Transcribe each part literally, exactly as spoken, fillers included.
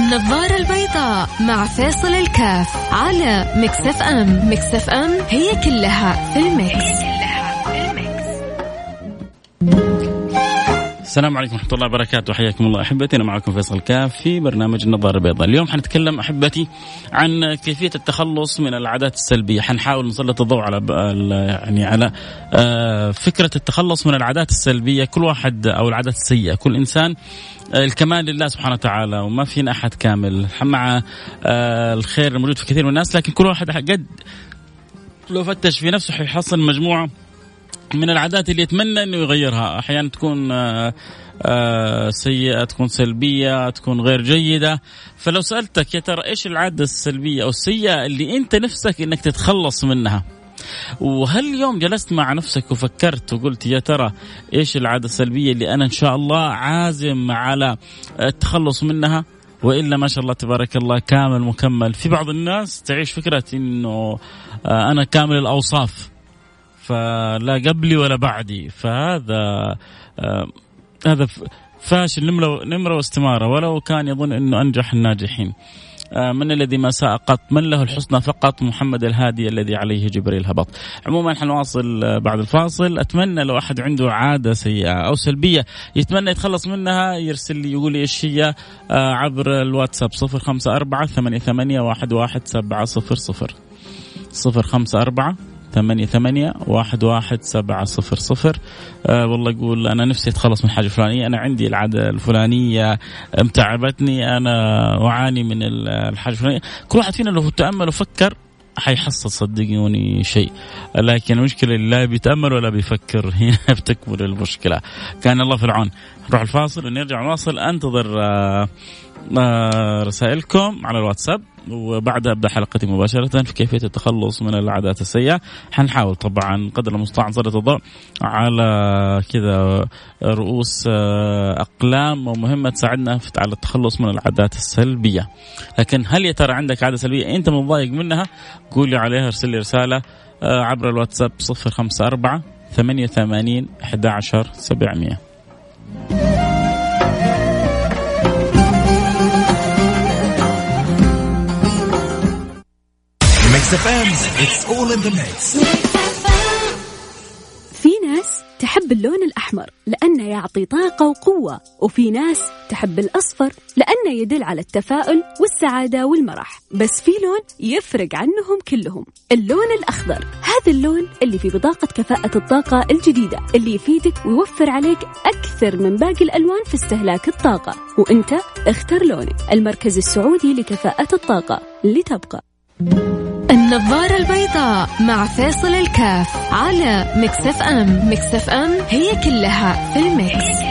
النظارة البيضاء مع فاصل الكاف على ميكس اف ام. ميكس اف ام هي كلها في الميكس. السلام عليكم ورحمة الله وبركاته، حياكم الله أحبتي. أنا معكم فيصل كاف في برنامج النظارة البيضاء. اليوم حنتكلم أحبتي عن كيفية التخلص من العادات السلبية. حنحاول نسلط الضوء على يعني على فكرة التخلص من العادات السلبية. كل واحد أو العادات السيئة، كل إنسان الكمال لله سبحانه وتعالى، وما فينا أحد كامل مع الخير الموجود في كثير من الناس، لكن كل واحد قد لو فتش في نفسه حيحصل مجموعة من العادات اللي يتمنى أنه يغيرها. أحيانا تكون آآ آآ سيئة، تكون سلبية، تكون غير جيدة. فلو سألتك يا ترى إيش العادة السلبية أو السيئة اللي أنت نفسك أنك تتخلص منها، وهل اليوم جلست مع نفسك وفكرت وقلت يا ترى إيش العادة السلبية اللي أنا إن شاء الله عازم على التخلص منها، وإلا ما شاء الله تبارك الله كامل مكمل. في بعض الناس تعيش فكرة أنه أنا كامل الأوصاف، فلا قبلي ولا بعدي، فهذا آه هذا فاشل نمرة نمرة واستمارة، ولو كان يظن أنه أنجح الناجحين. آه من الذي ما ساء قط، من له الحسنى فقط، محمد الهادي الذي عليه جبريل هبط. عموما حنواصل بعد الفاصل. أتمنى لو أحد عنده عادة سيئة أو سلبية يتمنى يتخلص منها يرسل لي يقول لي إيش هي آه عبر الواتساب صفر خمسة أربعة ثمانية ثمانية واحد واحد سبعة صفر صفر صفر خمسة أربعة ثمانية ثمانية واحد واحد سبعة صفر صفر. أه والله يقول أنا نفسي أتخلص من حاجة فلانية، أنا عندي العادة الفلانية متعبتني، أنا أعاني من الحاجة الفلانية. كل واحد فينا لو تأمل وفكر حيحصل صدقوني شيء، لكن المشكلة لا بيتأمل ولا بيفكر، هنا بتكبر المشكلة. كان الله في العون. نروح الفاصل ونرجع نواصل. أنتظر أه أه رسائلكم على الواتساب، وبعد أبدأ حلقتي مباشرة في كيفية التخلص من العادات السيئة. حنحاول طبعا قدر المستطاع نسلط الضوء على كذا رؤوس أقلام ومهمة تساعدنا على التخلص من العادات السلبية. لكن هل يا ترى عندك عادة سلبية أنت متضايق منها؟ قولي عليها، ارسل لي رسالة عبر الواتساب صفر خمسة أربعة ثمانية ثمانين أحد عشر سبعمية. It's all in the mix. في ناس تحب اللون الأحمر لأنه يعطي طاقة وقوة، وفي ناس تحب الأصفر لأنه يدل على التفاؤل والسعادة والمرح. بس في لون يفرق عنهم كلهم، اللون الأخضر. هذا اللون اللي في بطاقة كفاءة الطاقة الجديدة، اللي يفيدك ويوفر عليك أكثر من باقي الألوان في استهلاك الطاقة. وإنت اختر لونك. المركز السعودي لكفاءة الطاقة، لتبقى. النظارة البيضاء مع فاصل الكاف على ميكس اف ام. ميكس اف ام هي كلها في الميكس.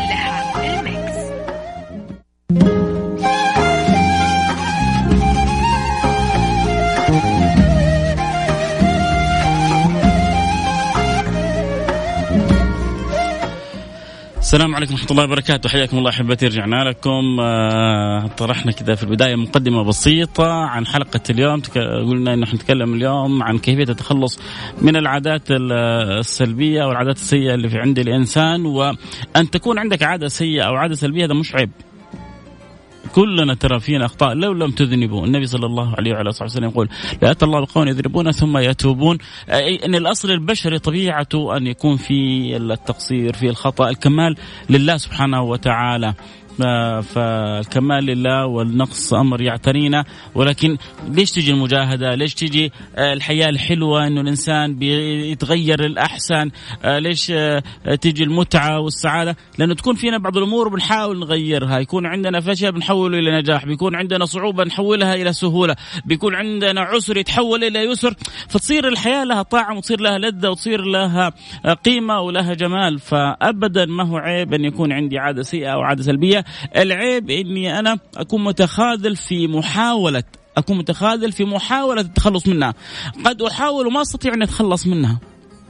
السلام عليكم ورحمة الله وبركاته، حياكم الله أحبتي. رجعنا لكم. آه طرحنا كذا في البداية مقدمة بسيطة عن حلقة اليوم. قلنا إنه حنتكلم اليوم عن كيفية التخلص من العادات السلبية أو العادات السيئة اللي في عند الإنسان. وأن تكون عندك عادة سيئة أو عادة سلبية هذا مش عيب، كلنا ترى فينا أخطاء لو لم تذنبوا. النبي صلى الله عليه وعلى آله وسلم يقول لا يأتي الله بقوم يذنبون ثم يتوبون. أي أن الأصل البشري طبيعته أن يكون في التقصير، في الخطأ. الكمال لله سبحانه وتعالى، فالكمال لله والنقص أمر يعترينا. ولكن ليش تجي المجاهدة؟ ليش تجي الحياة الحلوة إنه الإنسان بيتغير للأحسن؟ ليش تجي المتعة والسعادة؟ لأنه تكون فينا بعض الأمور بنحاول نغيرها، يكون عندنا فشل بنحوله إلى نجاح، بيكون عندنا صعوبة نحولها إلى سهولة، بيكون عندنا عسر يتحول إلى يسر، فتصير الحياة لها طعم وتصير لها لذة وتصير لها قيمة ولها جمال. فأبدا ما هو عيب أن يكون عندي عادة سيئة أو عادة سلبية. العيب إني أنا أكون متخاذل في محاولة أكون متخاذل في محاولة التخلص منها. قد أحاول وما أستطيع أن أتخلص منها،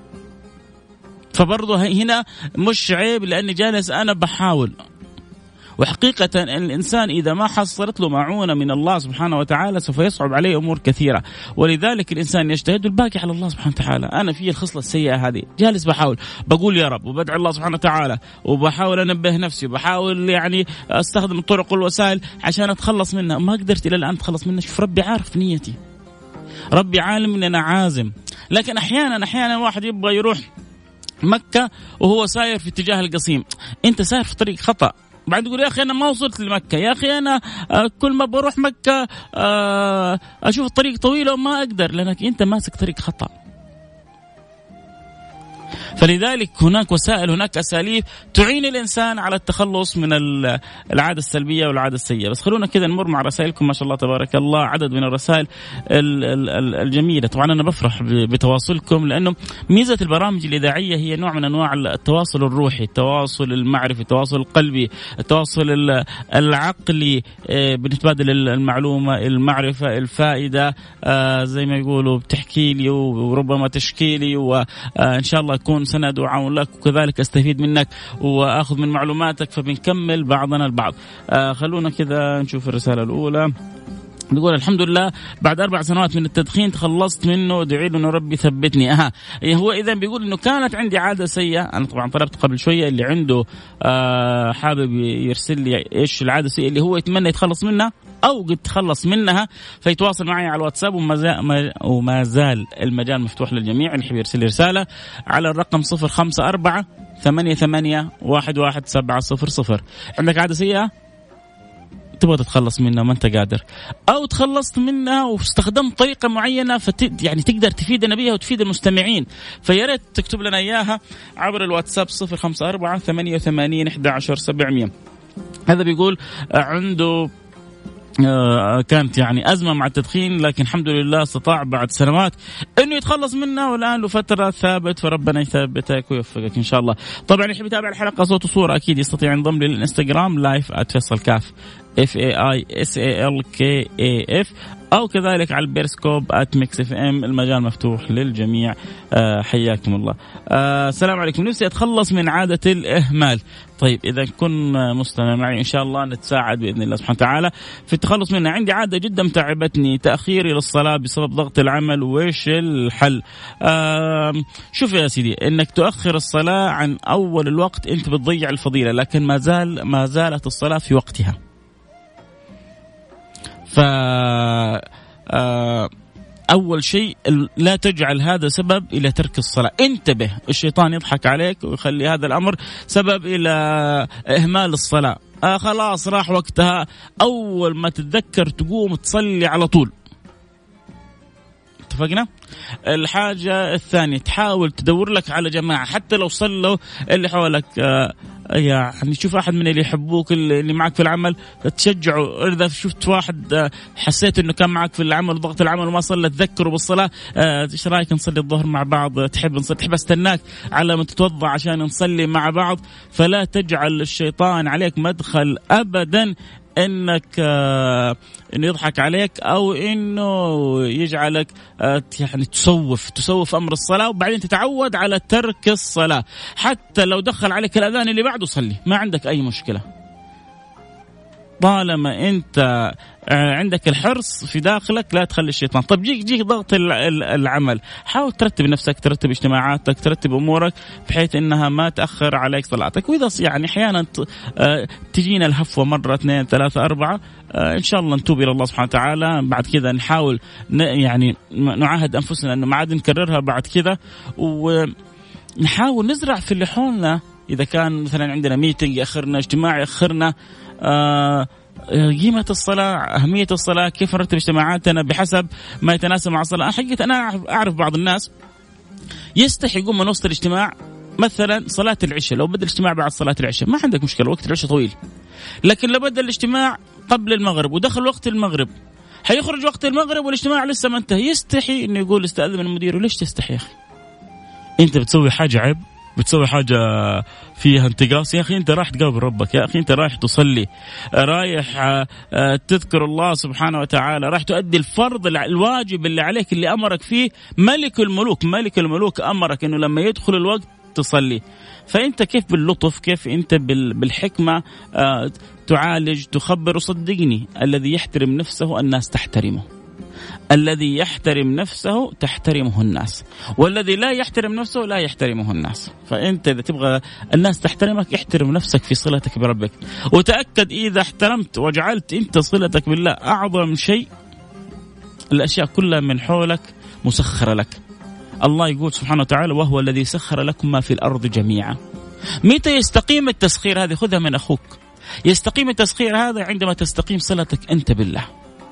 فبرضه هنا مش عيب لأني جالس أنا بحاول. وحقيقة الإنسان إذا ما حصلت له معونة من الله سبحانه وتعالى سوف يصعب عليه أمور كثيرة، ولذلك الإنسان يجتهد والباقي على الله سبحانه وتعالى. أنا في الخصلة السيئة هذه جالس بحاول بقول يا رب وبدعي الله سبحانه وتعالى وبحاول أنبه نفسي وبحاول يعني أستخدم الطرق والوسائل عشان أتخلص منها، ما قدرت إلى الآن أتخلص منها. شوف ربي عارف نيتي، ربي عالم إن أنا عازم، لكن أحيانا أحيانا واحد يبغى يروح مكة وهو ساير في اتجاه القصيم، أنت ساير في طريق خطأ، بعد يقول يا أخي أنا ما وصلت لمكة، يا أخي أنا كل ما بروح مكة أشوف الطريق طويل وما أقدر، لأنك أنت ماسك طريق خطأ. فلذلك هناك وسائل، هناك أساليب تعين الإنسان على التخلص من العادة السلبية والعادة السيئة. بس خلونا كذا نمر مع رسائلكم، ما شاء الله تبارك الله عدد من الرسائل الجميلة. طبعا أنا بفرح بتواصلكم، لأنه ميزة البرامج الإذاعية هي نوع من أنواع التواصل الروحي، التواصل المعرفي، التواصل القلبي، التواصل العقلي، بنتبادل المعلومة، المعرفة، الفائدة، زي ما يقولوا بتحكي لي وربما تشكي لي، وإن شاء الله أكون سند وعون لك، وكذلك أستفيد منك وأخذ من معلوماتك، فبنكمل بعضنا البعض. آه خلونا كذا نشوف الرسالة الأولى. نقول الحمد لله بعد أربع سنوات من التدخين تخلصت منه، ادعي له إنه ربي ثبتني. أها هو إذا بيقول إنه كانت عندي عادة سيئة. أنا طبعا طلبت قبل شوية اللي عنده آه حابب يرسل لي إيش العادة السيئة اللي هو يتمنى يتخلص منها أو قد تخلص منها، فيتواصل معي على الواتساب، وما زال المجال مفتوح للجميع اللي يحب يرسل لي رسالة على الرقم صفر خمسة أربعة ثمانية ثمانية واحد واحد سبعة صفر صفر. عندك عادة سيئة تبغى تتخلص منها ما أنت قادر، أو تخلصت منها واستخدمت طريقة معينة فت يعني تقدر تفيدنا بها وتفيد المستمعين، فياريت تكتب لنا إياها عبر الواتساب صفر خمسة أربعة ثمانية ثمانين إحدى عشر سبعمية. هذا بيقول عنده كانت يعني أزمة مع التدخين، لكن الحمد لله استطاع بعد سنوات إنه يتخلص منها، والآن له فترة ثابت، فربنا يثبتك ويوفقك إن شاء الله. طبعا يحب يتابع الحلقة صوت وصورة أكيد يستطيع ينضم لي للإنستغرام لايف @فيصل كاف F A I S A L K A F، أو كذلك على البيرسكوب آت ميكس إف إم. المجال مفتوح للجميع. أه حياكم الله. أه السلام عليكم. نفسي أتخلص من عادة الإهمال. طيب إذا كن مستمع معي إن شاء الله نتساعد بإذن الله سبحانه وتعالى في التخلص منها. عندي عادة جدا متعبتني، تأخيري للصلاة بسبب ضغط العمل. وإيش الحل؟ أه شوف يا سيدي، إنك تؤخر الصلاة عن أول الوقت أنت بتضيع الفضيلة، لكن ما زال ما زالت الصلاة في وقتها. ف أول شيء لا تجعل هذا سبب إلى ترك الصلاة. انتبه، الشيطان يضحك عليك ويخلي هذا الأمر سبب إلى إهمال الصلاة. آه خلاص راح وقتها، أول ما تتذكر تقوم تصلي على طول. اتفقنا؟ الحاجة الثانية تحاول تدور لك على جماعة، حتى لو صلوا اللي حولك آه يعني شوف أحد من اللي يحبوك اللي معك في العمل تشجعه. إذا شفت واحد حسيت إنه كان معك في العمل وضغط العمل وما صلى تذكره بالصلاة، إيش رأيك نصلي الظهر مع بعض؟ تحب نصلي؟ تحب استناك على ما تتوضع عشان نصلي مع بعض. فلا تجعل الشيطان عليك مدخل أبدا إنك آه إنه يضحك عليك أو إنه يجعلك آه يعني تسوف تسوف أمر الصلاة، وبعدين تتعود على ترك الصلاة. حتى لو دخل عليك الأذان اللي بعده صلي، ما عندك أي مشكلة طالما أنت عندك الحرص في داخلك. لا تخلي الشيطان. طب جيك جيك ضغط العمل، حاول ترتب نفسك، ترتب اجتماعاتك، ترتب أمورك بحيث إنها ما تأخر عليك صلاتك. وإذا يعني أحيانا تجينا الهفوة مرة اثنين ثلاثة أربعة، إن شاء الله نتوب إلى الله سبحانه وتعالى. بعد كذا نحاول يعني نعاهد أنفسنا أنه ما عاد نكررها بعد كذا، ونحاول نزرع في اللي حولنا. إذا كان مثلا عندنا ميتنج يأخرنا، اجتماع يأخرنا، آه قيمة الصلاة، أهمية الصلاة، كيف نرتب اجتماعاتنا بحسب ما يتناسب مع الصلاة. حقيقة أنا أعرف بعض الناس يستحي يقوم من وسط الاجتماع مثلا صلاة العشاء. لو بدأ الاجتماع بعد صلاة العشاء ما عندك مشكلة، وقت العشاء طويل. لكن لو بدأ الاجتماع قبل المغرب ودخل وقت المغرب، حيخرج وقت المغرب والاجتماع لسه ما انتهى، يستحي إنه يقول استأذن من المدير. وليش تستحي يا أخي؟ أنت بتسوي حاجة عيب، بتسوي حاجة فيها انتقاص. يا أخي أنت رايح تقابل ربك، يا أخي أنت رايح تصلي، رايح تذكر الله سبحانه وتعالى، رايح تؤدي الفرض الواجب اللي عليك اللي أمرك فيه ملك الملوك. ملك الملوك أمرك أنه لما يدخل الوقت تصلي. فأنت كيف باللطف، كيف أنت بالحكمة آه تعالج تخبر. وصدقني الذي يحترم نفسه الناس تحترمه، الذي يحترم نفسه تحترمه الناس، والذي لا يحترم نفسه لا يحترمه الناس. فأنت إذا تبغى الناس تحترمك احترم نفسك في صلتك بربك، وتأكد إذا احترمت وجعلت أنت صلتك بالله أعظم شيء، الأشياء كلها من حولك مسخرة لك. الله يقول سبحانه وتعالى وهو الذي سخر لكم ما في الأرض جميعا. متى يستقيم التسخير هذه؟ خذها من أخوك. يستقيم التسخير هذا عندما تستقيم صلتك أنت بالله.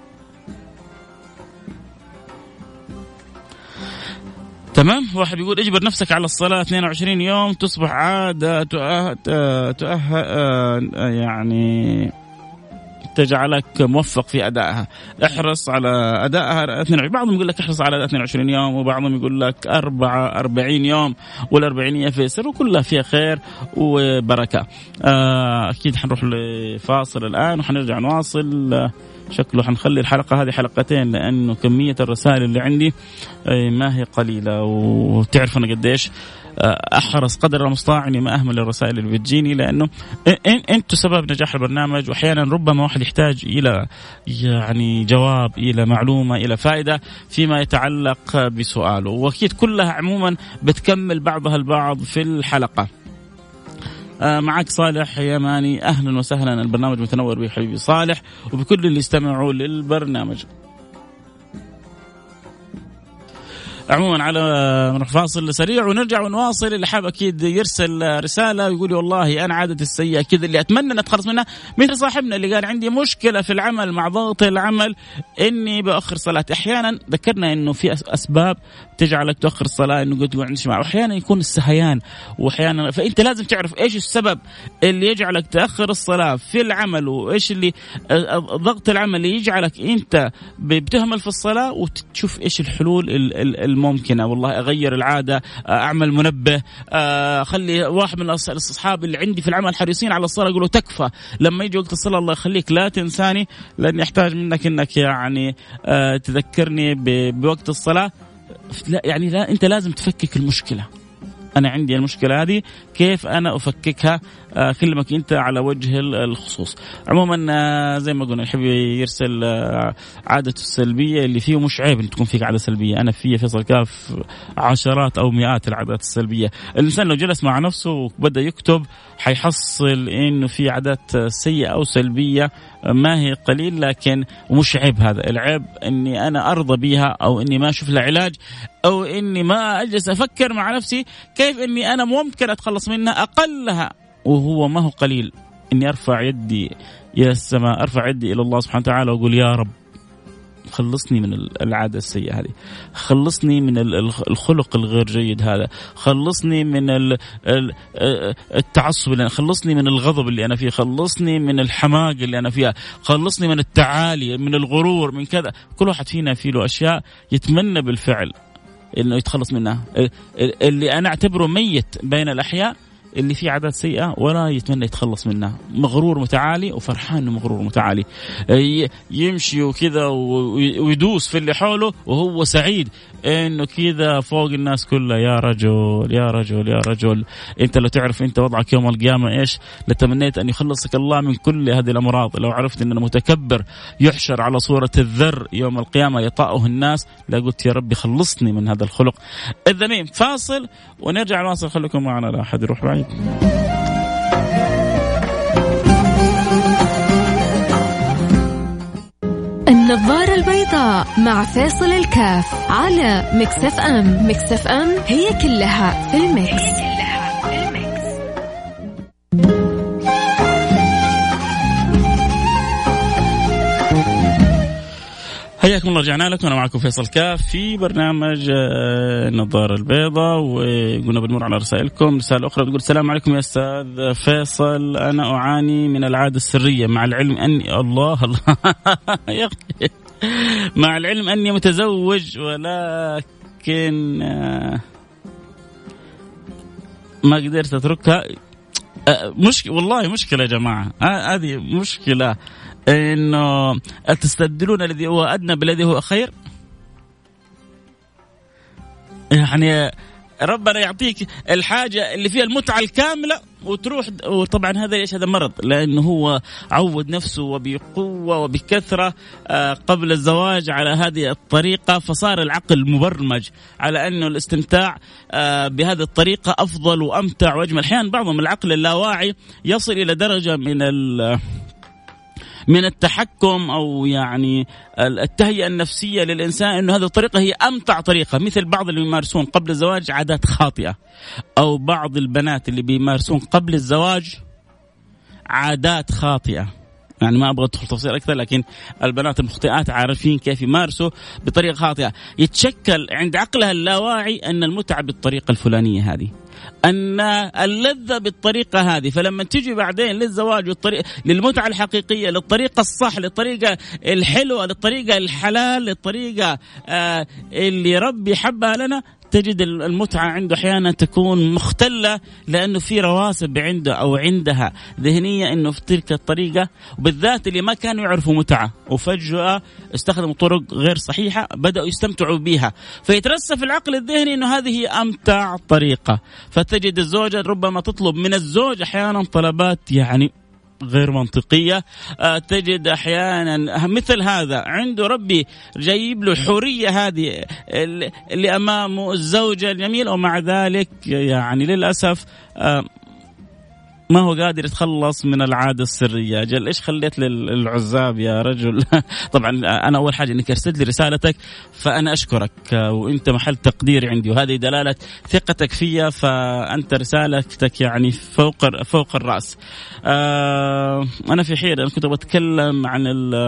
تمام. واحد يقول اجبر نفسك على الصلاة اثنين وعشرين يوم تصبح عادة تؤه... تؤه... يعني تجعلك موفق في أدائها. احرص على أدائها اثنين وعشرين. بعضهم يقول لك احرص على اثنين وعشرين يوم، وبعضهم يقول لك أربعة أربعين يوم، والأربعينية في سر، وكلها فيها خير وبركة. أكيد حنروح لفاصل الآن وحنرجع نواصل. شكله حنخلي الحلقة هذه حلقتين لأنه كمية الرسائل اللي عندي ما هي قليلة، وتعرف أنا قديش أحرص قدر المستطاع إني ما أهمل الرسائل اللي بتجيني، لأنه أنتوا سبب نجاح البرنامج. وأحيانا ربما واحد يحتاج إلى يعني جواب، إلى معلومة، إلى فائدة فيما يتعلق بسؤاله، وأكيد كلها عموما بتكمل بعضها البعض في الحلقة. معك صالح يماني، أهلا وسهلا. البرنامج متنور بي حبيبي صالح وبكل اللي استمعوا للبرنامج. عموما على نروح فاصل سريع ونرجع ونواصل. اللي حاب أكيد يرسل رسالة ويقول لي والله أنا عادة السيئة كذا اللي أتمنى أن أتخلص منها، مثل صاحبنا اللي قال عندي مشكلة في العمل مع ضغط العمل إني بأخر صلاة. أحيانا ذكرنا إنه في أسباب تجعلك تأخر الصلاة، إنه قلت تقول عندي جماعة، وأحيانا يكون السهيان، وأحيانا فأنت لازم تعرف إيش السبب اللي يجعلك تأخر الصلاة في العمل، وإيش اللي ضغط العمل اللي يجعلك أنت بتهمل في الصلاة، وتشوف إيش الحلول الممكنة. والله أغير العادة، أعمل منبه، أخلي واحد من الأصحاب اللي عندي في العمل حريصين على الصلاة يقولوا تكفى لما يجي وقت الصلاة الله يخليك لا تنساني، لأني أحتاج منك إنك يعني تذكرني بوقت الصلاة. لا يعني لا، أنت لازم تفكك المشكلة. أنا عندي المشكلة هذه كيف أنا أفككها؟ أكلمك أنت على وجه الخصوص. عموما زي ما قلنا يحب يرسل عادته السلبية اللي فيه، مش عيب أن تكون فيك عادة سلبية. أنا في فيصل كاف عشرات أو مئات العادات السلبية. الإنسان لو جلس مع نفسه وبدأ يكتب حيحصل إنه في عادات سيئة أو سلبية ما هي قليل، لكن مش عيب. هذا العيب إني أنا أرضى بها، أو إني ما أشوف لها علاج، أو إني ما أجلس أفكر مع نفسي كيف إني أنا ممكن أتخلص منها. أقلها وهو ما هو قليل إني أرفع يدي إلى السماء، أرفع يدي إلى الله سبحانه وتعالى وأقول يا رب خلصني من العادة السيئة هذه، خلصني من الخلق الغير جيد هذا، خلصني من التعصب، خلصني من الغضب اللي أنا فيه، خلصني من الحماق اللي أنا فيها، خلصني من التعالي، من الغرور، من كذا. كل واحد فينا فيه له أشياء يتمنى بالفعل إنه يتخلص منها. اللي أنا أعتبره ميت بين الأحياء اللي فيه عادات سيئة ولا يتمنى يتخلص منها، مغرور متعالي وفرحان إنه مغرور متعالي، يمشي وكذا ويدوس في اللي حوله وهو سعيد إنه كذا فوق الناس كلها. يا رجل يا رجل يا رجل، أنت لو تعرف أنت وضعك يوم القيامة إيش، لتمنيت أن يخلصك الله من كل هذه الأمراض. لو عرفت أن المتكبر يحشر على صورة الذر يوم القيامة يطأه الناس، لا قلت يا ربي خلصني من هذا الخلق الذميم. فاصل ونرجع نواصل، خليكم معنا لا أحد يروح بعيد. النظارة البيضاء مع فيصل الكاف على ميكس اف ام. ميكس اف ام هي كلها في الميكس. حياكم الله، رجعنا لكم. أنا معكم فيصل كاف في برنامج النظارة البيضاء، وقلنا بنمر على رسائلكم. رسالة أخرى بتقول السلام عليكم يا أستاذ فيصل، أنا أعاني من العادة السرية مع العلم أني الله الله يا أخي مع العلم أني متزوج، ولكن ما قدرت أتركها. مشكلة والله، مشكلة يا جماعة، هذه مشكلة إنه تستبدلون الذي هو أدنى بالذي هو خير. يعني ربنا يعطيك الحاجة اللي فيها المتعة الكاملة وتروح. وطبعا هذا ليش؟ هذا مرض، لأنه هو عود نفسه وبقوة وبكثرة قبل الزواج على هذه الطريقة، فصار العقل مبرمج على أنه الاستمتاع بهذه الطريقة أفضل وأمتع وأجمل. أحيانا بعضهم العقل اللاواعي يصل إلى درجة من ال من التحكم أو يعني التهيئة النفسية للإنسان أنه هذه الطريقة هي أمتع طريقة، مثل بعض اللي يمارسون قبل الزواج عادات خاطئة، أو بعض البنات اللي بيمارسون قبل الزواج عادات خاطئة. يعني ما أبغى أدخل تفصيل أكثر، لكن البنات المخطئات عارفين كيف يمارسوا بطريقة خاطئة. يتشكل عند عقلها اللاواعي أن المتعة بالطريقة الفلانية هذه، أن اللذة بالطريقة هذه، فلما تيجي بعدين للزواج والطريق للمتعة الحقيقية، للطريقة الصح، للطريقة الحلوة، للطريقة الحلال، للطريقة آه اللي ربي حبها لنا، تجد المتعة عنده أحيانا تكون مختلة، لأنه في رواسب عنده أو عندها ذهنية أنه في تلك الطريقة، وبالذات اللي ما كانوا يعرفوا متعة وفجأة استخدموا طرق غير صحيحة بدأوا يستمتعوا بها، فيترسف العقل الذهني أنه هذه هي أمتع طريقة. فتجد الزوجة ربما تطلب من الزوج أحيانا طلبات يعني غير منطقية. تجد أحيانا مثل هذا عنده ربي جايب له الحرية هذه اللي أمامه الزوجة الجميل، ومع ذلك يعني للأسف ما هو قادر يتخلص من العادة السرية. جل إيش خليت للعزاب يا رجل؟ طبعا أنا أول حاجة إنك أرسلت لي رسالتك فأنا أشكرك، وأنت محل تقدير عندي، وهذه دلالة ثقتك فيا، فأنت رسالتك يعني فوق فوق الرأس. آه أنا في حيرة، أنا كنت بتكلم عن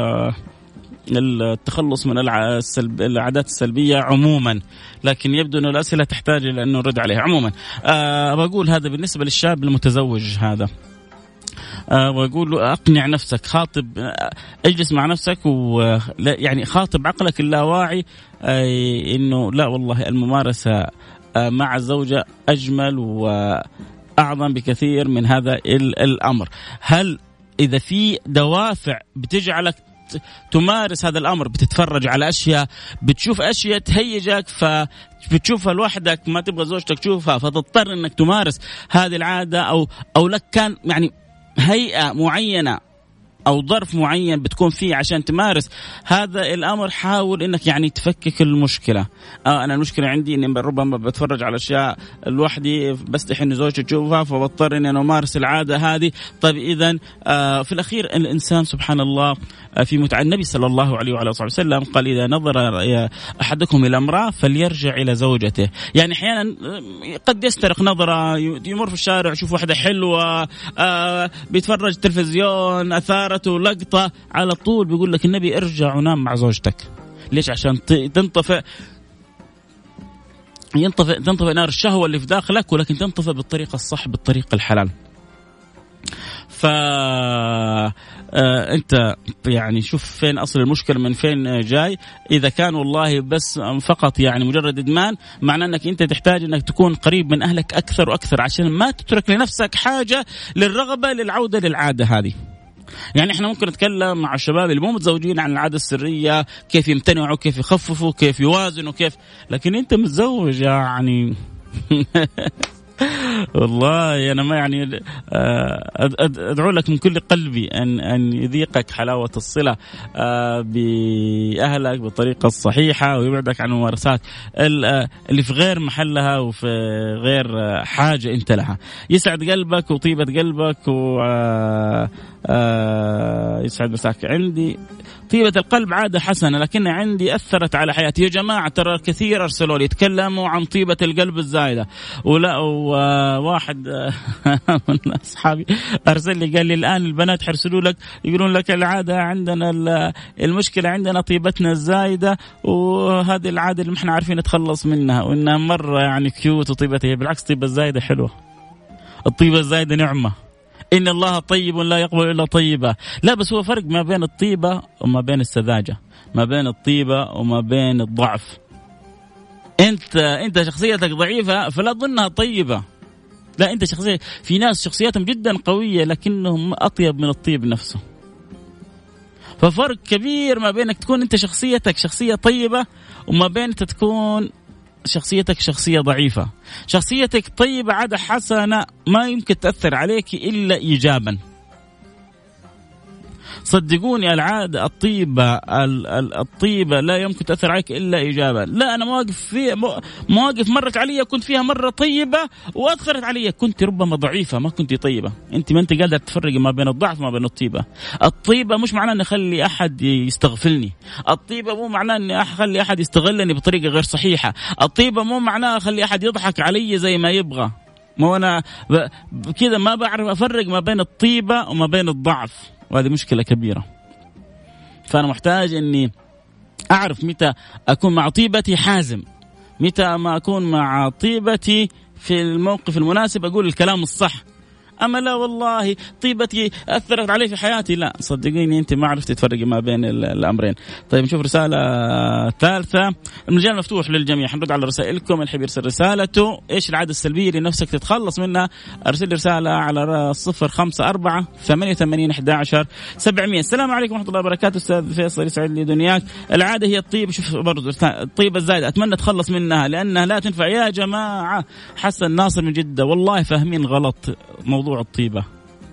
التخلص من العادات السلبية عموما، لكن يبدو أن الأسئلة تحتاج إلى أن نرد عليها. عموما أه بقول هذا بالنسبة للشاب المتزوج هذا، أه بقول له أقنع نفسك، خاطب، اجلس مع نفسك و يعني خاطب عقلك اللاواعي أه إنه لا والله الممارسة أه مع الزوجة أجمل وأعظم بكثير من هذا الأمر. هل إذا في دوافع بتجعلك تمارس هذا الأمر، بتتفرج على أشياء، بتشوف أشياء تهيجك فبتشوفها لوحدك، ما تبغى زوجتك تشوفها فتضطر أنك تمارس هذه العادة، أو أو لك كان يعني هيئة معينة أو ظرف معين بتكون فيه عشان تمارس هذا الأمر، حاول إنك يعني تفكك المشكلة. آه أنا المشكلة عندي إني ربما بتفرج على أشياء لوحدي، بستحي إن زوجتي تشوفها فبضطر إني أنا أمارس العادة هذه. طيب إذن آه في الأخير الإنسان سبحان الله آه في متعة. النبي صلى الله عليه وعلى آله وسلم قال إذا نظر أحدكم إلى امرأة فليرجع إلى زوجته. يعني أحيانا قد يسترق نظرة، يمر في الشارع يشوف واحدة حلوة آه بيتفرج تلفزيون أثار لقطة، على طول بيقول لك النبي ارجع ونام مع زوجتك. ليش؟ عشان تنطفئ ينطفئ تنطفئ نار الشهوة اللي في داخلك، ولكن تنطفئ بالطريقة الصح، بالطريقة الحلال. ف أنت يعني شوف فين أصل المشكلة، من فين جاي. إذا كان والله بس فقط يعني مجرد إدمان، معناه أنك أنت تحتاج أنك تكون قريب من أهلك أكثر وأكثر، عشان ما تترك لنفسك حاجة للرغبة للعودة للعادة هذه. يعني احنا ممكن نتكلم مع الشباب اللي مو متزوجين عن العادة السرية، كيف يمتنعوا، كيف يخففوا، كيف يوازنوا، كيف، لكن انت متزوج يعني والله أنا ما يعني أدعو لك من كل قلبي أن أن يذيقك حلاوة الصلة بأهلك بالطريقة الصحيحة، ويبعدك عن الممارسات اللي في غير محلها وفي غير حاجة أنت لها. يسعد قلبك وطيبة قلبك و يسعد مساك. عندي طيبة القلب عادة حسنة لكن عندي أثرت على حياتي. يا جماعة ترى كثير أرسلوا لي يتكلموا عن طيبة القلب الزايدة، ولا واحد من أصحابي أرسل لي قال لي الآن البنات حرسلوا لك يقولون لك العادة عندنا المشكلة عندنا طيبتنا الزايدة، وهذه العادة اللي احنا عارفين نتخلص منها وإنها مرة يعني كيوت وطيبتها. بالعكس طيبة الزايدة حلوة، الطيبة الزايدة نعمة، إن الله طيب لا يقبل إلا طيبة. لا بس هو فرق ما بين الطيبة وما بين السذاجة، ما بين الطيبة وما بين الضعف. أنت أنت شخصيتك ضعيفة فلا تظنها طيبة، لا أنت شخصية، في ناس شخصياتهم جدا قوية لكنهم أطيب من الطيب نفسه. ففرق كبير ما بينك تكون أنت شخصيتك شخصية طيبة وما بين أنت تكون شخصيتك شخصية ضعيفة. شخصيتك طيبة عادة حسنة ما يمكن تأثر عليك إلا إيجابا. صدقوني العادة الطيبة الطيبة لا يمكن تأثر عليك إلا إيجابا. لا أنا مواقف في مواقف مرت علي كنت فيها مرة طيبة وأدخلت علي كنت ربما ضعيفة ما كنت طيبة. أنت ما أنت قادر تفرق ما بين الضعف وما بين الطيبة. الطيبة مش معناه أن أخلي أحد يستغفلني. الطيبة مو معناه أن أخلي أحد يستغلني بطريقة غير صحيحة. الطيبة مو معناه أخلي أحد يضحك علي زي ما يبغى. مو أنا كذا ما بعرف أفرق ما بين الطيبة وما بين الضعف، وهذه مشكلة كبيرة. فأنا محتاج أني أعرف متى أكون مع طيبتي حازم، متى ما أكون مع طيبتي في الموقف المناسب أقول الكلام الصح. أما لا والله طيبتي أثرت علي في حياتي، لا صدقيني أنت ما عرفت تفرق ما بين الأمرين. طيب نشوف رسالة ثالثة. المجال مفتوح للجميع، حنرد على رسائلكم. اللي يحب يرسل رسالته إيش العادة السلبية اللي نفسك تتخلص منها أرسل رسالة على صفر خمسة أربعة ثمانية ثمانين أحد عشر سبعمية. السلام عليكم ورحمة الله وبركاته. أستاذ فيصل يسعد لي دنياك. العادة هي الطيب. شوف برضو الطيبة الزايدة أتمنى تخلص منها لأنها لا تنفع يا جماعة. حسن ناصر من جدة والله فاهمين غلط موضوع الطيبة.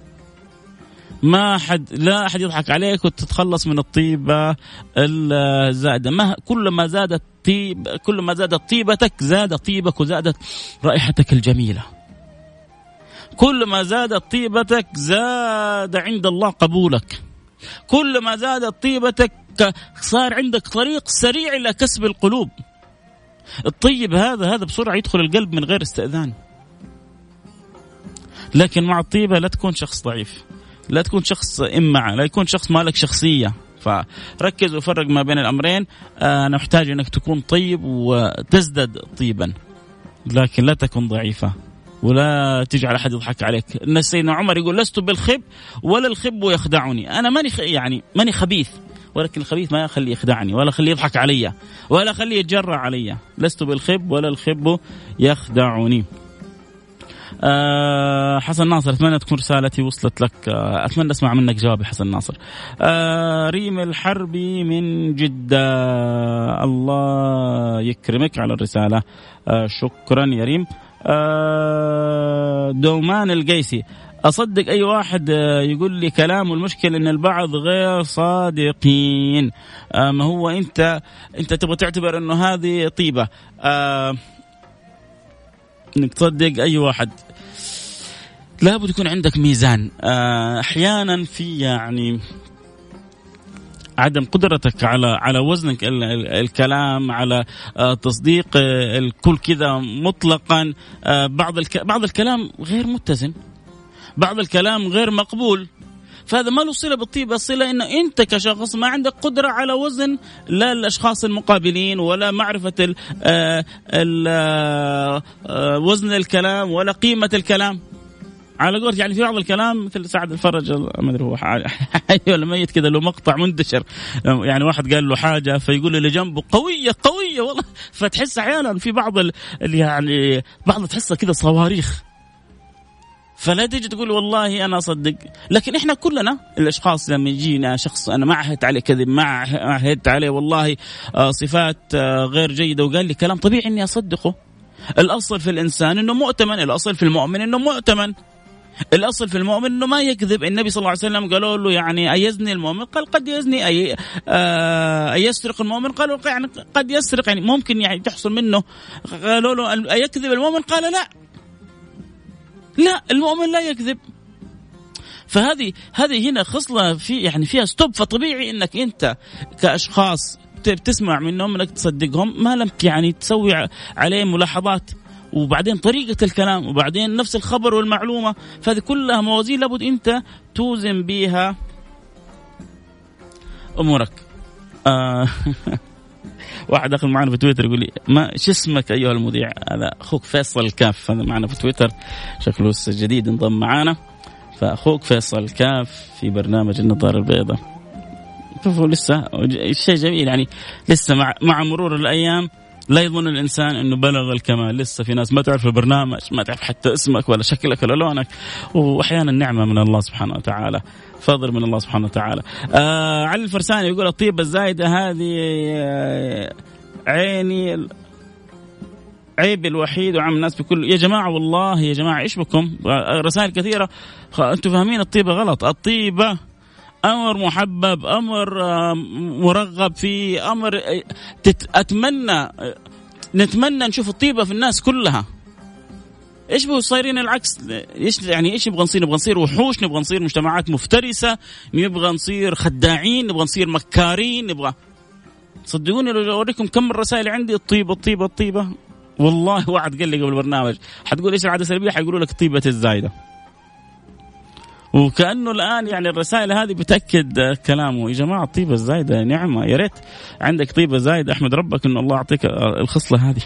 ما حد لا أحد يضحك عليك وتتخلص من الطيبة الزائدة. ما كل ما زادت طيب كل ما زادت طيبتك زاد طيبك وزادت رائحتك الجميلة. كل ما زادت طيبتك زاد عند الله قبولك. كل ما زادت طيبتك صار عندك طريق سريع إلى كسب القلوب. الطيب هذا هذا بسرعة يدخل القلب من غير استئذان. لكن مع الطيبة لا تكون شخص ضعيف، لا تكون شخص إمعة، لا يكون شخص مالك شخصية. فركز وفرق ما بين الأمرين. أنا محتاج أنك تكون طيب وتزدد طيبا، لكن لا تكون ضعيفة ولا تجعل أحد يضحك عليك. الناس سيدنا عمر يقول لست بالخب ولا الخب يخدعني. أنا ماني يعني ماني خبيث، ولكن الخبيث ما يخلي يخدعني ولا خلي يضحك علي ولا خلي يتجرع علي. لست بالخب ولا الخب يخدعني. أه حسن ناصر أتمنى تكون رسالتي وصلت لك. أه أتمنى أسمع منك جواب حسن ناصر. أه ريم الحربي من جدة الله يكرمك على الرسالة. أه شكرا يا ريم. أه دومان القيسي أصدق أي واحد يقول لي كلام والمشكلة إن البعض غير صادقين. أه ما هو أنت أنت تبغى تعتبر إنه هذه طيبة. أه إنك تصدق أي واحد. لابد يكون عندك ميزان. أحيانا في يعني عدم قدرتك على على وزنك الكلام، على تصديق الكل كذا مطلقا. بعض بعض الكلام غير متزن، بعض الكلام غير مقبول. فهذا ما له صلة بالطيبة. الصلة إنه أنت كشخص ما عندك قدرة على وزن لا الأشخاص المقابلين ولا معرفة ال ال وزن الكلام ولا قيمة الكلام. على قولت يعني في بعض الكلام مثل سعد الفرج ما أدري هو حي ولا ميت كذا له مقطع منتشر، يعني واحد قال له حاجة فيقول اللي جنبه قوية قوية والله. فتحس أحيانا في بعض اللي يعني بعض تحسه كذا صواريخ. فلا تيجي تقول والله أنا أصدق. لكن إحنا كلنا الأشخاص لما يجينا شخص أنا ما عهدت عليه كذب، ما عهدت عليه والله صفات غير جيدة وقال لي كلام طبيعي إني أصدقه. الأصل في الإنسان إنه مؤتمن، الأصل في المؤمن إنه مؤتمن، الأصل في المؤمن إنه ما يكذب. النبي صلى الله عليه وسلم قالوا له يعني أيزني المؤمن؟ قال قد يزني. أي أيسرق المؤمن؟ قالوا يعني قد يسرق، يعني ممكن يعني تحصل منه. قالوا له أيكذب المؤمن؟ قال لا لا المؤمن لا يكذب. فهذه هذه هنا خصلة في يعني فيها ستوب. فطبيعي انك انت كاشخاص بتسمع منهم انك تصدقهم ما لم يعني تسوي عليهم ملاحظات، وبعدين طريقة الكلام، وبعدين نفس الخبر والمعلومة. فهذه كلها موازين لابد انت توزن بيها امورك. آه واحد دخل معنا في تويتر يقول لي ما شو اسمك أيها المذيع؟ هذا أخوك فيصل الكاف، هذا معنا في تويتر شكله لسه جديد انضم معنا. فأخوك فيصل الكاف في برنامج النظارة البيضاء. شوفوا لسه شيء جميل يعني. لسه مع مع مرور الأيام لا يظن الإنسان أنه بلغ الكمال. لسه في ناس ما تعرف البرنامج، ما تعرف حتى اسمك ولا شكلك ولا لونك. وأحيانا نعمة من الله سبحانه وتعالى، فضل من الله سبحانه وتعالى. آه علي الفرساني يقول الطيبة الزايدة هذه آه عيني عيب الوحيد وعم الناس بكل يا جماعة والله يا جماعة إيش بكم رسائل كثيرة أنتم فاهمين الطيبة غلط. الطيبة أمر محبب، أمر مرغب فيه، أمر أتمنى نتمنى نشوف الطيبة في الناس كلها. إيش بو صايرين العكس؟ إيش يعني إيش نبغى نصير؟ نبغى نصير وحوش، نبغى نصير مجتمعات مفترسة، نبغى نصير خداعين، نبغى نصير مكارين، نبغى صدقوني لو أوريكم كم الرسائل عندي الطيبة الطيبة الطيبة. والله واحد قال لي قبل البرنامج حتقول إيش العادة السلبية، حيقولوا لك طيبة الزايدة. وكأنه الآن يعني الرسائل هذه بتأكد كلامه. يا جماعة الطيبة الزايدة نعمة، يا ريت عندك طيبة زايدة أحمد ربك إنه الله يعطيك الخصلة هذه.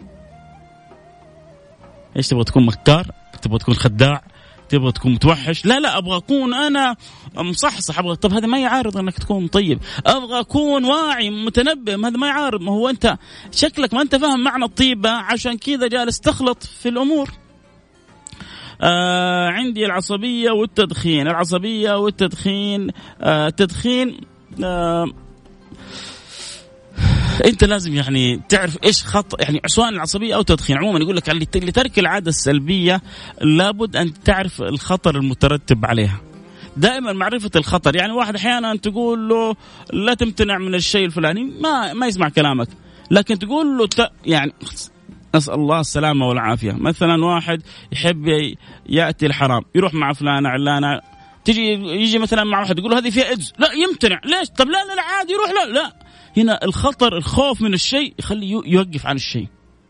إيش تبغى تكون مكار؟ تبغى تكون خداع؟ تبغى تكون متوحش؟ لا لا أبغى أكون أنا مصحصح. أبغى طب هذا ما يعارض أنك تكون طيب. أبغى أكون واعي متنبه، هذا ما يعارض. ما هو أنت شكلك ما أنت فاهم معنى الطيبة، عشان كذا جالس تخلط في الأمور. آه عندي العصبية والتدخين. العصبية والتدخين آه تدخين آه أنت لازم يعني تعرف إيش خط، يعني سواء العصبية أو تدخين عموما. يقول لك لترك العادة السلبية لابد أن تعرف الخطر المترتب عليها. دائما معرفة الخطر. يعني واحد أحيانا تقول له لا تمتنع من الشيء الفلاني ما ما يسمع كلامك، لكن تقول له ت... يعني نسأل الله السلامة والعافية. مثلا واحد يحب يأتي الحرام، يروح مع فلانة علانة، تيجي يجي مثلا مع واحد يقول هذه فيها إدز، لا يمتنع. ليش؟ طب لا لا لا عادي يروح. لا لا هنا الخطر، الخوف من الشيء يخليه يوقف عن الشيء.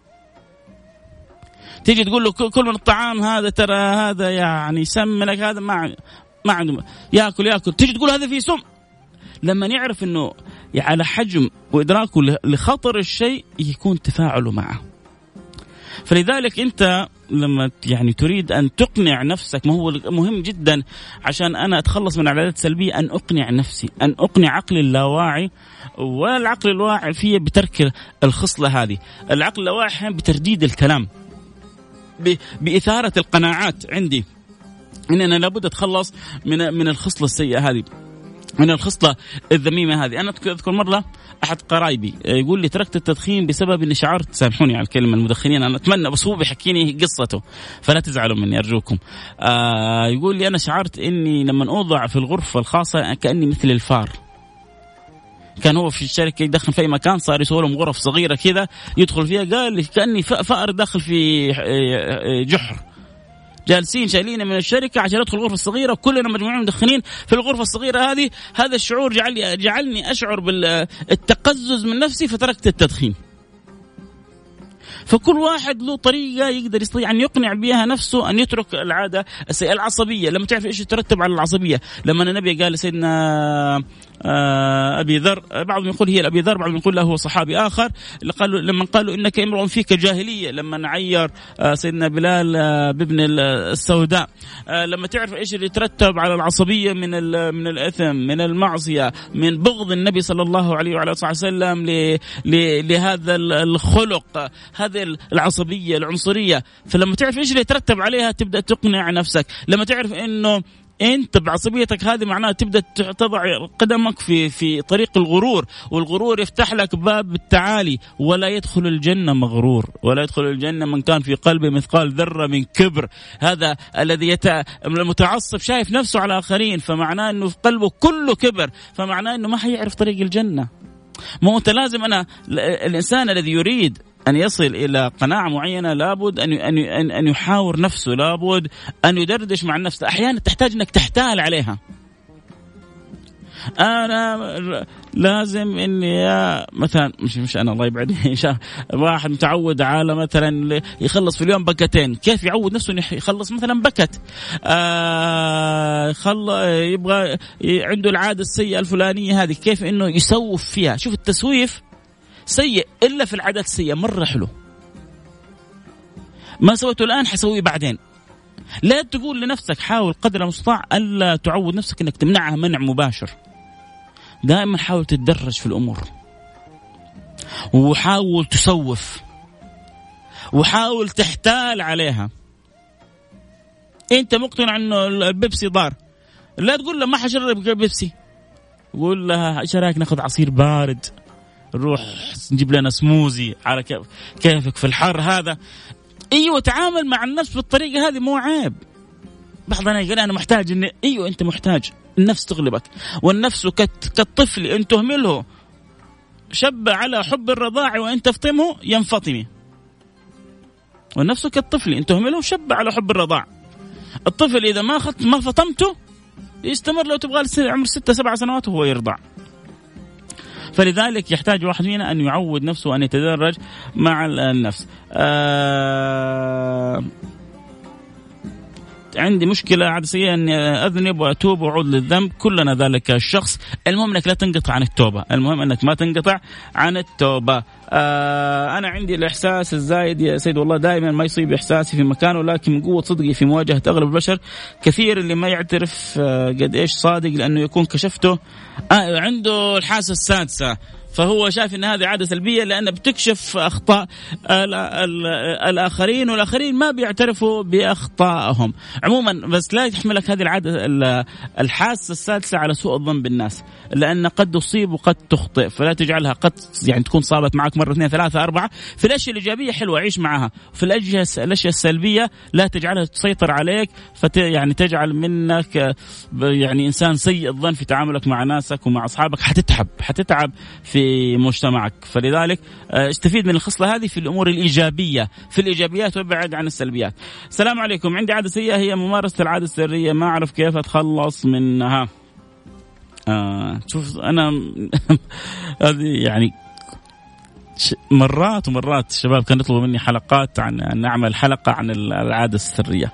تيجي تقول له كل من الطعام هذا ترى هذا يعني يسمنك، هذا ما ما عنده ياكل ياكل، تيجي تقول هذا فيه سم. لما يعرف انه على حجم وادراكه لخطر الشيء يكون تفاعله معه. فلذلك انت لما يعني تريد ان تقنع نفسك، ما هو مهم جدا عشان انا اتخلص من العادات السلبيه، ان اقنع نفسي، ان اقنع عقلي اللاواعي. والعقل الواعي فيه بترك الخصله هذه. العقل اللاواعي بترديد الكلام، باثاره القناعات عندي ان انا لابد اتخلص من من الخصله السيئه هذه، من الخصلة الذميمة هذه. أنا أذكر مرة أحد قرايبي يقول لي تركت التدخين بسبب إني شعرت، سامحوني على الكلمة المدخنين، أنا أتمنى بس هو بيحكيني قصته فلا تزعلوا مني أرجوكم. آه يقول لي أنا شعرت إني لما أوضع في الغرفة الخاصة كأني مثل الفار. كان هو في الشركة يدخن في أي مكان، صار يسوي لهم غرف صغيرة كذا يدخل فيها، قال لي كأني فأر داخل في جحر، جالسين شايلين من الشركة عشان أدخل الغرفة الصغيرة، كلنا مجموعين مدخنين في الغرفة الصغيرة هذه. هذا الشعور جعلني جعلني أشعر بالتقزز من نفسي، فتركت التدخين. فكل واحد له طريقة يقدر يستطيع أن يقنع بها نفسه أن يترك العادة السيئة. العصبية لما تعرف إيش يترتب على العصبية، لما النبي قال سيدنا أبي ذر، بعضهم يقول هي الأبي ذر، بعضهم يقول له هو صحابي آخر، قالوا لما قالوا إنك امرؤ فيك جاهلية، لما نعير سيدنا بلال بابن السوداء. لما تعرف إيش اللي يترتب على العصبية من من الإثم، من المعصية، من بغض النبي صلى الله عليه وعلى آله وسلم لهذا الخلق، هذه العصبية العنصرية. فلما تعرف إيش اللي يترتب عليها تبدأ تقنع نفسك. لما تعرف إنه أنت بعصبيتك هذه معناها تبدأ تضع قدمك في في طريق الغرور، والغرور يفتح لك باب التعالي. ولا يدخل الجنة مغرور، ولا يدخل الجنة من كان في قلبه مثقال ذرة من كبر. هذا الذي يت... المتعصب شايف نفسه على آخرين، فمعناه أنه في قلبه كله كبر، فمعناه أنه ما حيعرف طريق الجنة. ما أنت لازم أنا الإنسان الذي يريد أن يصل إلى قناعة معينة لابد أن أن أن يحاور نفسه، لابد أن يدردش مع النفس. أحيانا تحتاج أنك تحتال عليها. أنا لازم إني مثلا مش مش أنا الله يبعدني واحد متعود على مثلا يخلص في اليوم بكتين، كيف يعود نفسه إنه يخلص مثلا بكت؟ آه خل يبغى عنده العادة السيئة الفلانية هذه، كيف إنه يسوف فيها. شوف التسويف سيء إلا في العادات السيئة مرة حلو. ما سويته الآن حسويه بعدين. لا تقول لنفسك، حاول قدر المستطاع ألا تعود نفسك أنك تمنعها منع مباشر. دائما حاول تتدرج في الأمور، وحاول تسوف، وحاول تحتال عليها. أنت مقتنع أنه البيبسي ضار، لا تقول له ما حشرب بيبسي، قول لها إيش رأيك ناخذ عصير بارد روح نجيب لنا سموزي على كيفك في الحر هذا. ايوه تعامل مع النفس بالطريقه هذه، مو عيب. بعضنا يقول انا محتاج إن ايوه انت محتاج، النفس تغلبك. والنفس كالطفل ان تهمله شب على حب الرضاع وان تفطمه ينفطم. والنفس كالطفل ان تهمله شب على حب الرضاع. الطفل اذا ما خط ما فطمته يستمر لو تبغى عمر ستة سبع سنوات وهو يرضع. فلذلك يحتاج واحد فينا أن يعود نفسه أن يتدرج مع النفس. آه عندي مشكلة عدسية أني أذنب وأتوب وأعود للذنب، كلنا ذلك الشخص. المهم أنك لا تنقطع عن التوبة، المهم أنك ما تنقطع عن التوبة. آه أنا عندي الإحساس الزايد يا سيد، والله دائما ما يصيب إحساسي في مكانه، لكن من قوة صدقي في مواجهة أغلب البشر كثير اللي ما يعترف آه قد إيش صادق، لأنه يكون كشفته آه عنده الحاسة السادسة، فهو شايف ان هذه عاده سلبيه لانها بتكشف اخطاء الاخرين، والاخرين ما بيعترفوا باخطائهم. عموما بس لا تحملك هذه العاده الحاسه السادسه على سوء الظن بالناس، لان قد تصيب وقد تخطئ، فلا تجعلها قد يعني تكون صابت معك مره اثنين ثلاثه اربعه. في الاشياء الايجابيه حلوه عيش معها، في الاشياء الاشياء السلبيه لا تجعلها تسيطر عليك، فت يعني تجعل منك يعني انسان سيء الظن في تعاملك مع ناسك ومع اصحابك. حتتعب حتتعب في في مجتمعك. فلذلك استفيد من الخصلة هذه في الأمور الإيجابية، في الإيجابيات وابعد عن السلبيات. السلام عليكم، عندي عادة سيئة هي ممارسة العادة السرية، ما أعرف كيف أتخلص منها. آه شوف أنا هذه يعني مرات ومرات الشباب كانوا يطلبوا مني حلقات عن أن أعمل حلقة عن العادة السرية.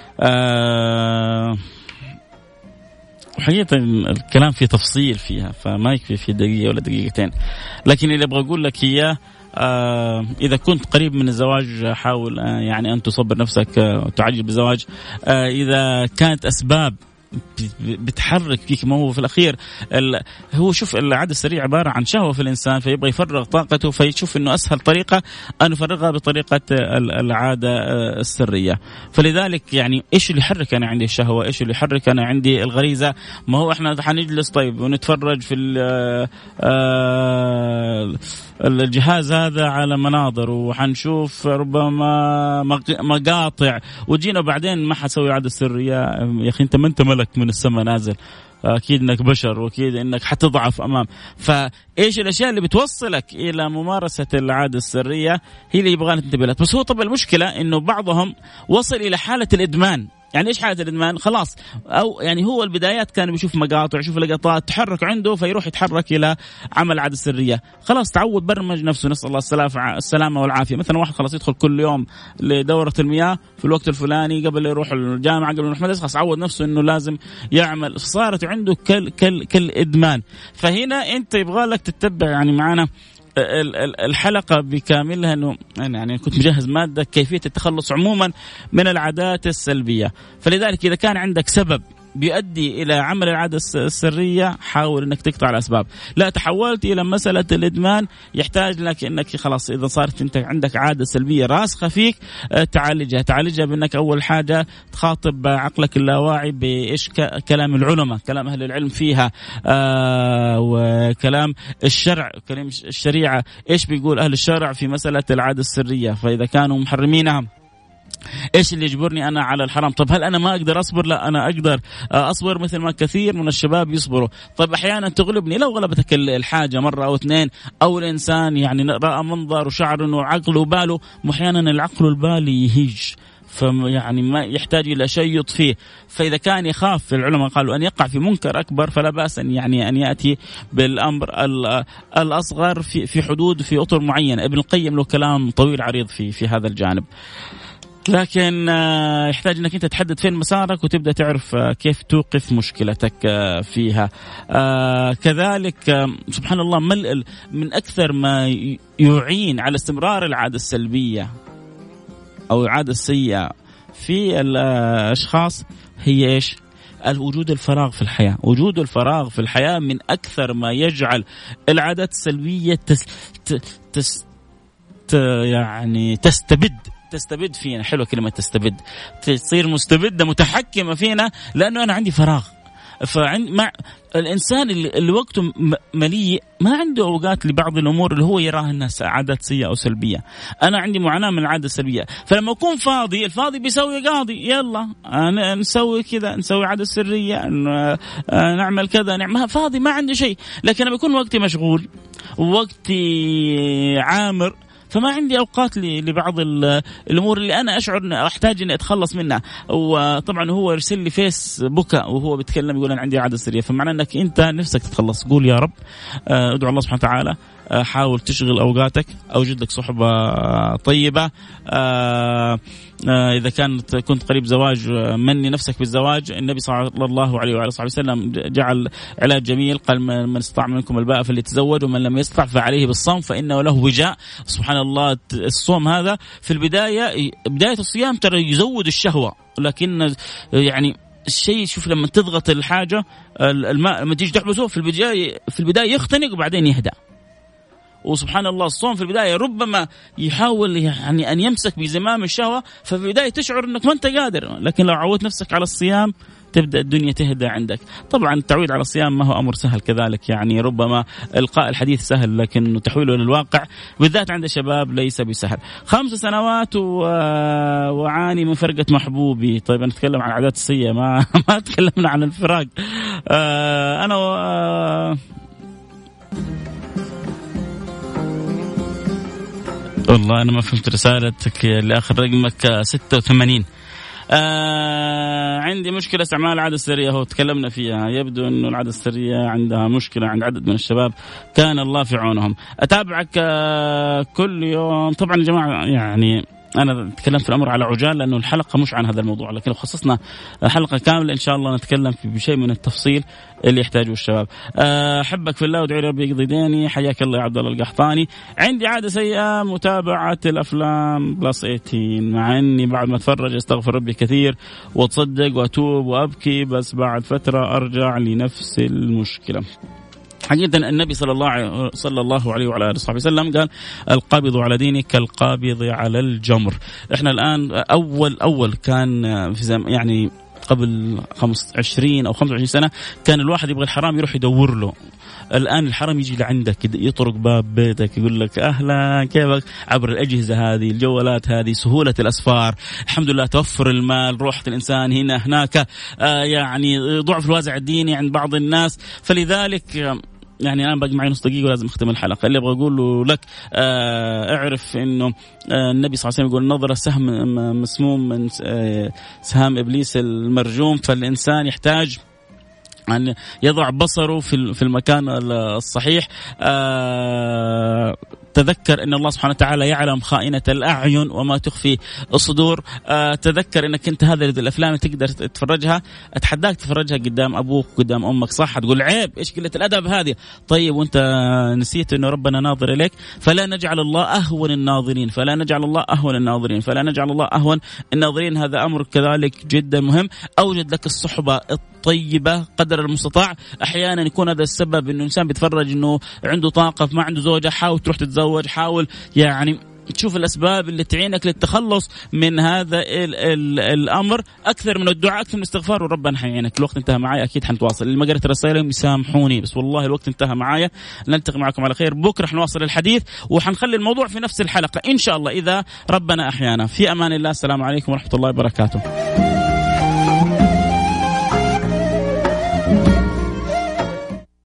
آه وحقيقة الكلام فيه تفصيل فيها، فما يكفي في دقيقة ولا دقيقتين. لكن اللي أبغى أقول لك إياه آه إذا كنت قريب من الزواج حاول آه يعني أن تصبر نفسك آه وتعجل بالزواج. آه إذا كانت أسباب بتحرك فيك، ما هو في الأخير هو شوف العادة السريعة عبارة عن شهوة في الإنسان، فيبغى يفرغ طاقته، فيشوف إنه أسهل طريقة أن يفرغها بطريقة العادة السرية. فلذلك يعني إيش اللي يحرك أنا عندي الشهوة، إيش اللي يحرك أنا عندي الغريزة؟ ما هو إحنا حنجلس طيب ونتفرج في الجهاز هذا على مناظر وحنشوف ربما مقاطع، وجينا بعدين ما حسوي عادة سرية. يا أخي أنت ما أنت ملك من السماء نازل، أكيد إنك بشر وأكيد إنك حتضعف أمام. فإيش الأشياء اللي بتوصلك إلى ممارسة العادة السرية هي اللي يبغى ننتبه لها. بس هو طبعا المشكلة إنه بعضهم وصل إلى حالة الإدمان. يعني إيش حالة الإدمان؟ خلاص، أو يعني هو البدايات كان بيشوف مقاطع، يشوف لقطات تحرك عنده، فيروح يتحرك إلى عمل عادة سرية. خلاص تعود، برمج نفسه، نسأل الله السلامة والعافية. مثلا واحد خلاص يدخل كل يوم لدورة المياه في الوقت الفلاني قبل يروح الجامعة، قبل يروح مدرسة، خلاص عود نفسه إنه لازم يعمل، صارت عنده كل كل كالإدمان. فهنا أنت يبغى لك تتبع يعني معنا الحلقة بكاملها، أنه يعني كنت مجهز مادة كيفية التخلص عموما من العادات السلبية. فلذلك إذا كان عندك سبب بيؤدي إلى عمل العادة السرية حاول أنك تقطع الأسباب. لا تحولت إلى مسألة الإدمان، يحتاج لك أنك خلاص إذا صارت أنت عندك عادة سلبية راسخة فيك تعالجها. تعالجها بأنك أول حاجة تخاطب عقلك اللاواعي بإيش كلام العلماء، كلام أهل العلم فيها، آه وكلام الشرع، كلام الشريعة، إيش بيقول أهل الشرع في مسألة العادة السرية. فإذا كانوا محرمينها إيش اللي يجبرني أنا على الحرام؟ طب هل أنا ما أقدر أصبر؟ لا، أنا أقدر أصبر مثل ما كثير من الشباب يصبروا. طب أحيانا تغلبني، لو غلبتك الحاجة مرة أو اثنين، أو الإنسان يعني رأى منظر وشعر إنه عقله وباله، أحيانا العقل والبال يهيج، فيعني ما يحتاج إلى شيء يطفيه. فإذا كان يخاف، العلماء قالوا أن يقع في منكر أكبر فلا بأس أن يعني أن يأتي بالأمر الأصغر في في حدود في أطر معينة. ابن القيم له كلام طويل عريض في في هذا الجانب. لكن يحتاج أنك أنت تحدد فين مسارك وتبدأ تعرف كيف توقف مشكلتك فيها. كذلك سبحان الله من أكثر ما يعين على استمرار العادة السلبية أو العادة السيئة في الأشخاص هي إيش؟ وجود الفراغ في الحياة. وجود الفراغ في الحياة من أكثر ما يجعل العادات السلبية تس تس يعني تستبد تستبد فينا. حلوة كلمة تستبد، تصير مستبدة متحكمة فينا، لأنه أنا عندي فراغ. فعند مع الإنسان اللي, اللي وقته مليء ما عنده أوقات لبعض الأمور اللي هو يراها أنها عادات سيئة أو سلبية. أنا عندي معاناة من العادة السلبية، فلما أكون فاضي الفاضي بيسوي قاضي، يلا نسوي كذا، نسوي عادة سرية، نعمل كذا، نعمل فاضي ما عندي شيء. لكن لما يكون وقتي مشغول ووقتي عامر فما عندي أوقات لبعض الأمور اللي أنا أشعر أن أحتاج أن أتخلص منها. وطبعا هو يرسل لي فيس بكاء وهو بيتكلم يقول أنا عندي عادة سرية، فمعنى أنك أنت نفسك تتخلص. قول يا رب، ادعو الله سبحانه وتعالى، حاول تشغل أوقاتك، أوجد لك صحبة طيبة. إذا كانت كنت قريب زواج مني نفسك بالزواج. النبي صلى الله عليه وعلى صحبه وسلم جعل علاج جميل، قال من استطاع منكم الباء فليتزوج ومن لم يستطع فعليه بالصوم فإنه له وجاء. سبحان الله، الصوم هذا في البداية بداية الصيام ترى يزود الشهوة، لكن يعني الشيء شوف لما تضغط الحاجة الماء لما تيجي تحبسه في البداية في البداية يختنق وبعدين يهدأ. وسبحان الله الصوم في البداية ربما يحاول يعني أن يمسك بزمام الشهوة، ففي البداية تشعر أنك ما أنت قادر، لكن لو عودت نفسك على الصيام تبدأ الدنيا تهدى عندك. طبعا التعويد على الصيام ما هو أمر سهل كذلك، يعني ربما إلقاء الحديث سهل لكن تحويله للواقع بالذات عند الشباب ليس بسهل. خمس سنوات وعاني من فرقة محبوبي. طيب أنا أتكلم عن العادات السيئة، ما ما تكلمنا عن الفراق. أنا والله أنا ما فهمت رسالتك اللي آخر رقمك ستة وثمانين. آه عندي مشكلة استعمال العادة السرية، هو تكلمنا فيها. يبدو أنه العادة السرية عندها مشكلة عند عدد من الشباب، كان الله في عونهم. أتابعك آه كل يوم. طبعا يا جماعة يعني أنا أتكلم في الأمر على عجال لأنه الحلقة مش عن هذا الموضوع، لكن لو خصصنا حلقة كاملة إن شاء الله نتكلم في بشيء من التفصيل اللي يحتاجه الشباب. أحبك في الله وادعي ربي يقضي ديني. حياك الله يا عبد الله القحطاني. عندي عادة سيئة متابعة الأفلام بلس ثمانية عشر، مع إني بعد ما أتفرج أستغفر ربي كثير وأتصدق وأتوب وأبكي، بس بعد فترة أرجع لنفس المشكلة. حقيقة النبي صلى الله صلى الله عليه وعلى آله وصحبه وسلم قال القابض على دينك كالقابض على الجمر. احنا الآن أول أول كان في زم يعني قبل خمسة وعشرين أو خمسة وعشرين سنة كان الواحد يبغى الحرام يروح يدور له. الآن الحرام يجي لعندك يطرق باب بيتك يقول لك أهلا كيفك عبر الأجهزة هذه الجوالات هذه. سهولة الأسفار الحمد لله، توفر المال، روحة الإنسان هنا هناك، آه يعني ضعف الوازع الديني عند بعض الناس. فلذلك يعني أنا باقي معي نص دقيقة ولازم أختم الحلقة. اللي أبغى أقوله لك آه اعرف إنه آه النبي صلى الله عليه وسلم يقول نظرة سهم مسموم من آه سهام إبليس المرجوم. فالإنسان يحتاج أن يضع بصره في المكان الصحيح. آه تذكر أن الله سبحانه وتعالى يعلم خائنة الأعين وما تخفي الصدور. آه تذكر أنك أنت هذه الأفلام تقدر تتفرجها، أتحداك تفرجها قدام أبوك قدام أمك، صح تقول عيب إيش قلة الأدب هذه. طيب وأنت نسيت أنه ربنا ناظر إليك. فلا نجعل الله أهون الناظرين، فلا نجعل الله أهون الناظرين، فلا نجعل الله أهون الناظرين. هذا أمر كذلك جدا مهم. أوجد لك الصحبة طيبة قدر المستطاع. أحيانا يكون هذا السبب إنه إنسان بيتفرج إنه عنده طاقة ما عنده زوجة، حاول تروح تتزوج، حاول يعني تشوف الأسباب اللي تعينك للتخلص من هذا ال ال الأمر أكثر من الدعاء، أكثر من الاستغفار، وربنا حيعينك. الوقت انتهى معايا، أكيد حنتواصل. اللي ما قرأت رسائلهم يسامحوني، بس والله الوقت انتهى معايا. نلتقي معكم على خير بكرة، حنواصل الحديث وحنخلي الموضوع في نفس الحلقة إن شاء الله إذا ربنا أحيانا. في أمان الله، السلام عليكم ورحمة الله وبركاته.